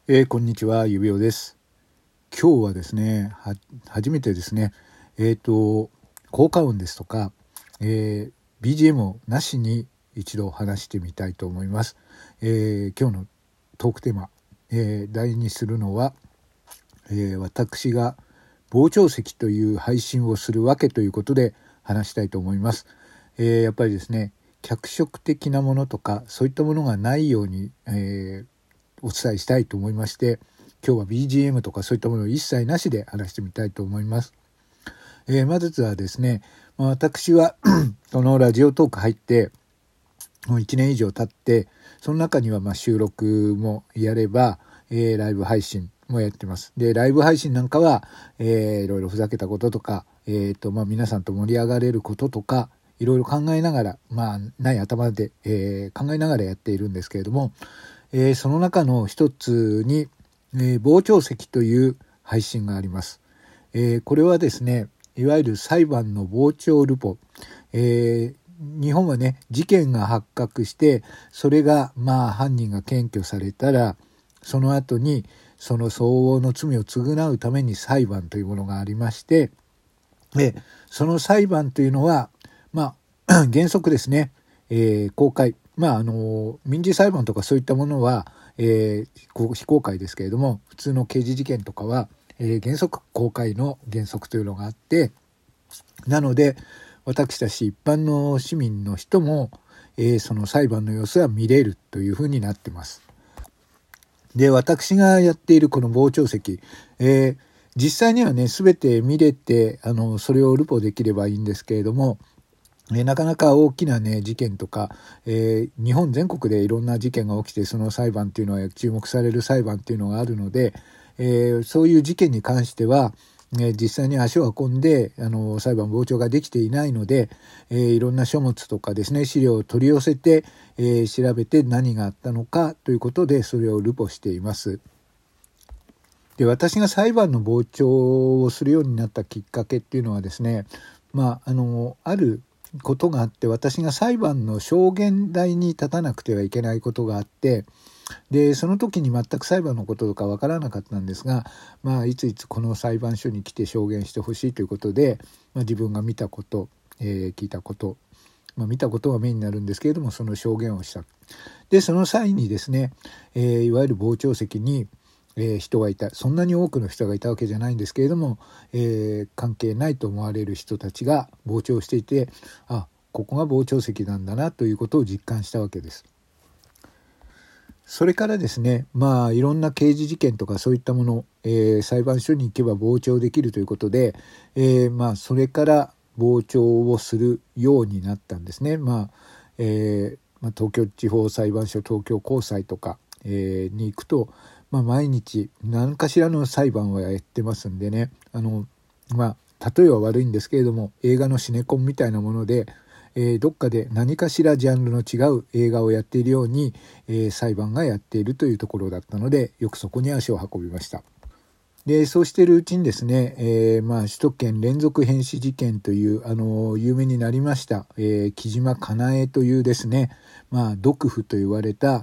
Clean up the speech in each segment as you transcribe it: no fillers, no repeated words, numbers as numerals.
こんにちは、ゆびおです。今日はですね、初めてですね、効果音ですとか、BGM をなしに一度話してみたいと思います。今日のトークテーマ、題にするのは、私が傍聴席という配信をするわけということで話したいと思います。やっぱりですね、脚色的なものとかそういったものがないように、お伝えしたいと思いまして、今日は BGM とかそういったものを一切なしで話してみたいと思います。まずはですね、私はこのラジオトーク入ってもう1年以上経って、その中には収録もやれば、ライブ配信もやってます。で、ライブ配信なんかは、いろいろふざけたこととか、皆さんと盛り上がれることとか、いろいろ考えながら、ない頭で、考えながらやっているんですけれども、その中の一つに、傍聴席という配信があります。これはですね、いわゆる裁判の傍聴ルポ、日本はね、事件が発覚して、それが犯人が検挙されたら、その後にその相応の罪を償うために裁判というものがありまして、その裁判というのは原則ですね、公開、民事裁判とかそういったものは、非公開ですけれども、普通の刑事事件とかは、原則公開の原則というのがあって、なので私たち一般の市民の人も、その裁判の様子は見れるというふうになってます。で、私がやっているこの傍聴席、実際にはね、全て見れて、それをルポできればいいんですけれども、なかなか大きなね、事件とか、日本全国でいろんな事件が起きて、その裁判っていうのは注目される裁判っていうのがあるので、そういう事件に関しては、実際に足を運んで裁判傍聴ができていないので、いろんな書物とかですね、資料を取り寄せて、調べて何があったのかということで、それをルポしています。で、私が裁判の傍聴をするようになったきっかけっていうのはですね、あることがあって、私が裁判の証言台に立たなくてはいけないことがあって、でその時に全く裁判のこととかわからなかったんですが、いついつこの裁判所に来て証言してほしいということで、自分が見たこと、聞いたこと、見たことがメインになるんですけれども、その証言をした。でその際にですね、いわゆる傍聴席に人がいた。そんなに多くの人がいたわけじゃないんですけれども、関係ないと思われる人たちが傍聴していて、ここが傍聴席なんだなということを実感したわけです。それからですね、いろんな刑事事件とかそういったもの、裁判所に行けば傍聴できるということで、それから傍聴をするようになったんですね。東京地方裁判所、東京高裁とか、に行くと、毎日何かしらの裁判はやってますんでね、例えは悪いんですけれども、映画のシネコンみたいなもので、どっかで何かしらジャンルの違う映画をやっているように、裁判がやっているというところだったので、よくそこに足を運びました。でそうしているうちにですね、首都圏連続変死事件という有名になりました、木島かなえというですね、毒婦と言われた、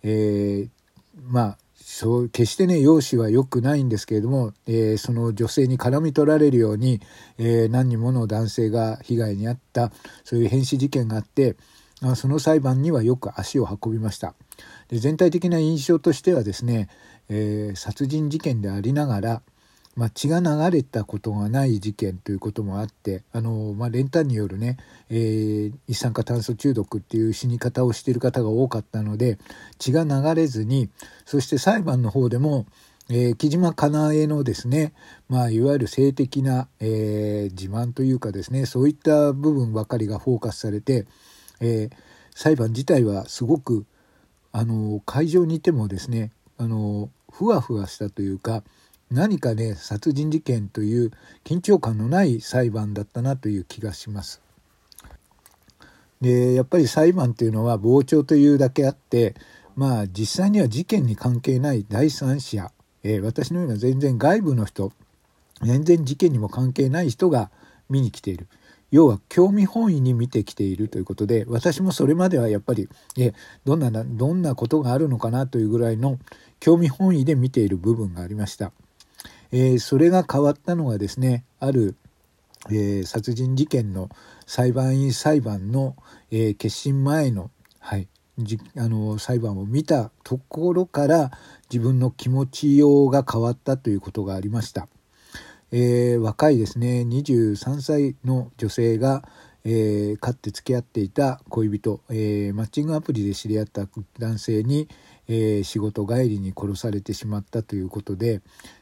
決してね、容姿は良くないんですけれども、その女性に絡み取られるように、何人もの男性が被害に遭った、そういう変死事件があって、その裁判にはよく足を運びました。で全体的な印象としてはですね、殺人事件でありながら、血が流れたことがない事件ということもあって、練炭によるね、一酸化炭素中毒っていう死に方をしている方が多かったので、血が流れずに、そして裁判の方でも、木島かなえのですね、いわゆる性的な、自慢というかですね、そういった部分ばかりがフォーカスされて、裁判自体はすごく会場にいてもですね、ふわふわしたというか、何かね、殺人事件という緊張感のない裁判だったなという気がします。でやっぱり裁判というのは傍聴というだけあって、実際には事件に関係ない第三者、私のような全然外部の人、全然事件にも関係ない人が見に来ている。 要は興味本位に見てきているということで、私もそれまではやっぱりどんなことがあるのかなというぐらいの興味本位で見ている部分がありました。それが変わったのがですね、ある、殺人事件の裁判員裁判の、結審前の、裁判を見たところから自分の気持ちようが変わったということがありました。若いですね23歳の女性が、かつて付き合っていた恋人、マッチングアプリで知り合った男性に、仕事帰りに殺されてしまったということで、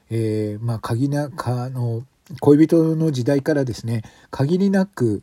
恋人の時代からですね、限りなく、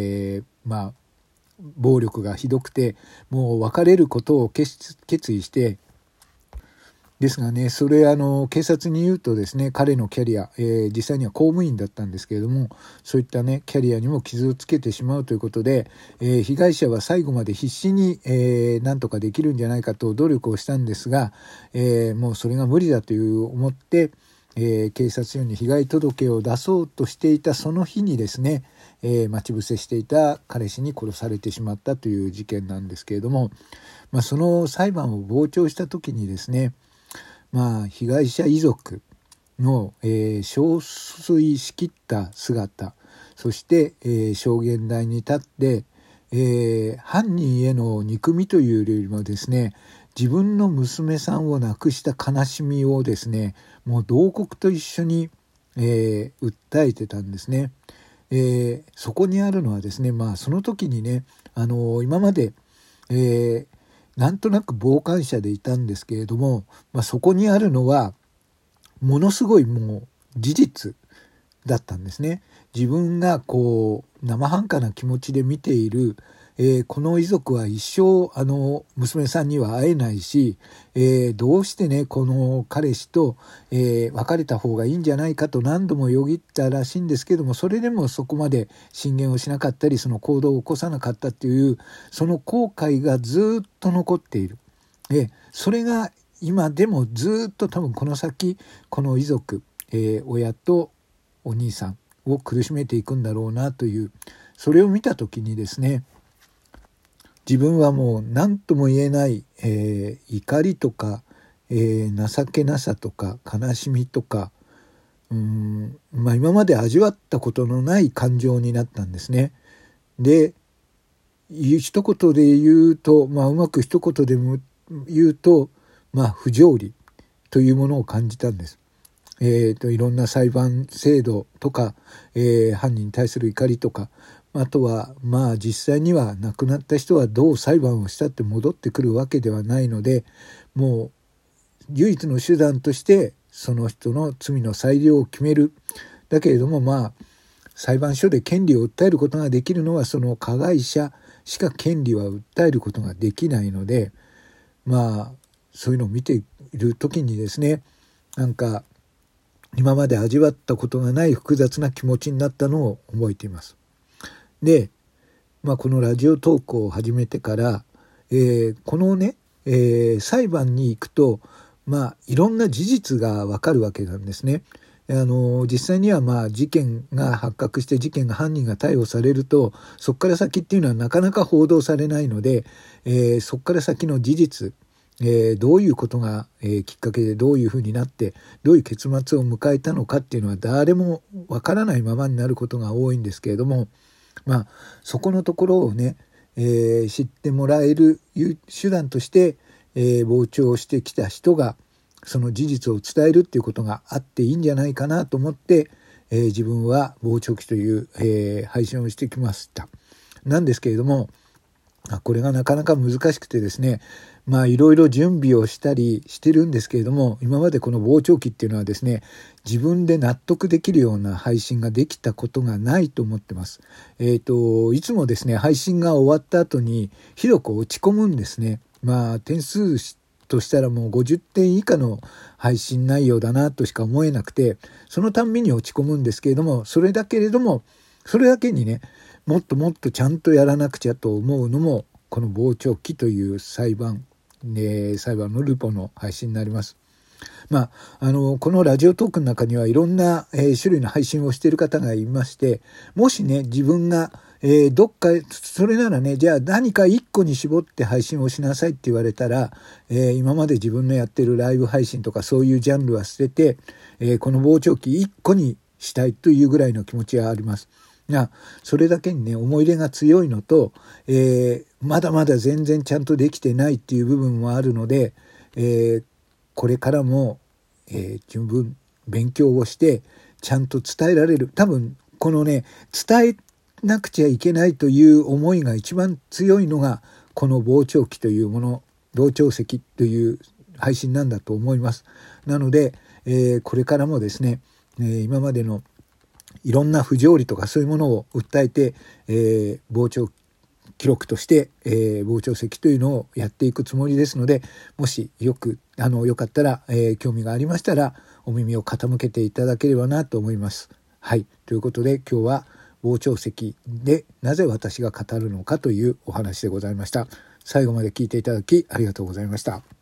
暴力がひどくて、もう別れることを決意してですがね、それ警察に言うとですね、彼のキャリア、実際には公務員だったんですけれども、そういったねキャリアにも傷をつけてしまうということで、被害者は最後まで必死に、何とかできるんじゃないかと努力をしたんですが、もうそれが無理だと思って、警察署に被害届を出そうとしていたその日にですね、待ち伏せしていた彼氏に殺されてしまったという事件なんですけれども、その裁判を傍聴した時にですね、被害者遺族の、憔悴しきった姿、そして、証言台に立って、犯人への憎みというよりもですね、自分の娘さんを亡くした悲しみをですね、もう同国と一緒に、訴えてたんですね。そこにあるのはですね、その時にね、今まで、なんとなく傍観者でいたんですけれども、そこにあるのはものすごいもう事実だったんですね。自分がこう生半可な気持ちで見ている、この遺族は一生娘さんには会えないし、どうしてねこの彼氏と、別れた方がいいんじゃないかと何度もよぎったらしいんですけども、それでもそこまで進言をしなかったり、その行動を起こさなかったっていうその後悔がずっと残っている。それが今でもずっと多分この先この遺族、親とお兄さんを苦しめていくんだろうなという、それを見た時にですね、自分はもう何とも言えない、怒りとか、情けなさとか悲しみとか、今まで味わったことのない感情になったんですね。で、一言で言うと、うまく一言でも言うと、不条理というものを感じたんです。いろんな裁判制度とか、犯人に対する怒りとか、あとは実際には亡くなった人はどう裁判をしたって戻ってくるわけではないので、もう唯一の手段としてその人の罪の裁量を決める。だけれども裁判所で権利を訴えることができるのはその加害者しか権利は訴えることができないので、そういうのを見ている時にですね、なんか今まで味わったことがない複雑な気持ちになったのを覚えています。で、このラジオトークを始めてから、このね、裁判に行くと、いろんな事実がわかるわけなんですね。実際には事件が発覚して犯人が逮捕されると、そこから先っていうのはなかなか報道されないので、そこから先の事実、どういうことが、きっかけでどういうふうになってどういう結末を迎えたのかっていうのは誰もわからないままになることが多いんですけれども、そこのところをね、知ってもらえる手段として、傍聴してきた人がその事実を伝えるっていうことがあっていいんじゃないかなと思って、自分は傍聴記という、配信をしてきました。なんですけれども、これがなかなか難しくてですね、いろいろ準備をしたりしてるんですけれども、今までこの傍聴記っていうのはですね、自分で納得できるような配信ができたことがないと思ってます。いつもですね、配信が終わった後にひどく落ち込むんですね。点数としたらもう50点以下の配信内容だなとしか思えなくて、そのたんびに落ち込むんですけれども、それだけにね、もっともっとちゃんとやらなくちゃと思うのもこの傍聴記という裁判のルポの配信になります。 このラジオトークの中にはいろんな、種類の配信をしている方がいまして、もしね、自分が、どっか、それならね、じゃあ何か一個に絞って配信をしなさいって言われたら、今まで自分のやってるライブ配信とかそういうジャンルは捨てて、この傍聴器一個にしたいというぐらいの気持ちがあります。それだけにね、思い入れが強いのと、まだまだ全然ちゃんとできてないっていう部分もあるので、これからも、十分勉強をしてちゃんと伝えられる。多分このね、伝えなくちゃいけないという思いが一番強いのがこの傍聴器というもの、傍聴席という配信なんだと思います。なので、これからもですね、今までのいろんな不条理とかそういうものを訴えて、傍聴記録として、傍聴席というのをやっていくつもりですので、もしよかったら、興味がありましたらお耳を傾けていただければなと思います。はい、ということで今日は傍聴席でなぜ私が語るのかというお話でございました。最後まで聞いていただきありがとうございました。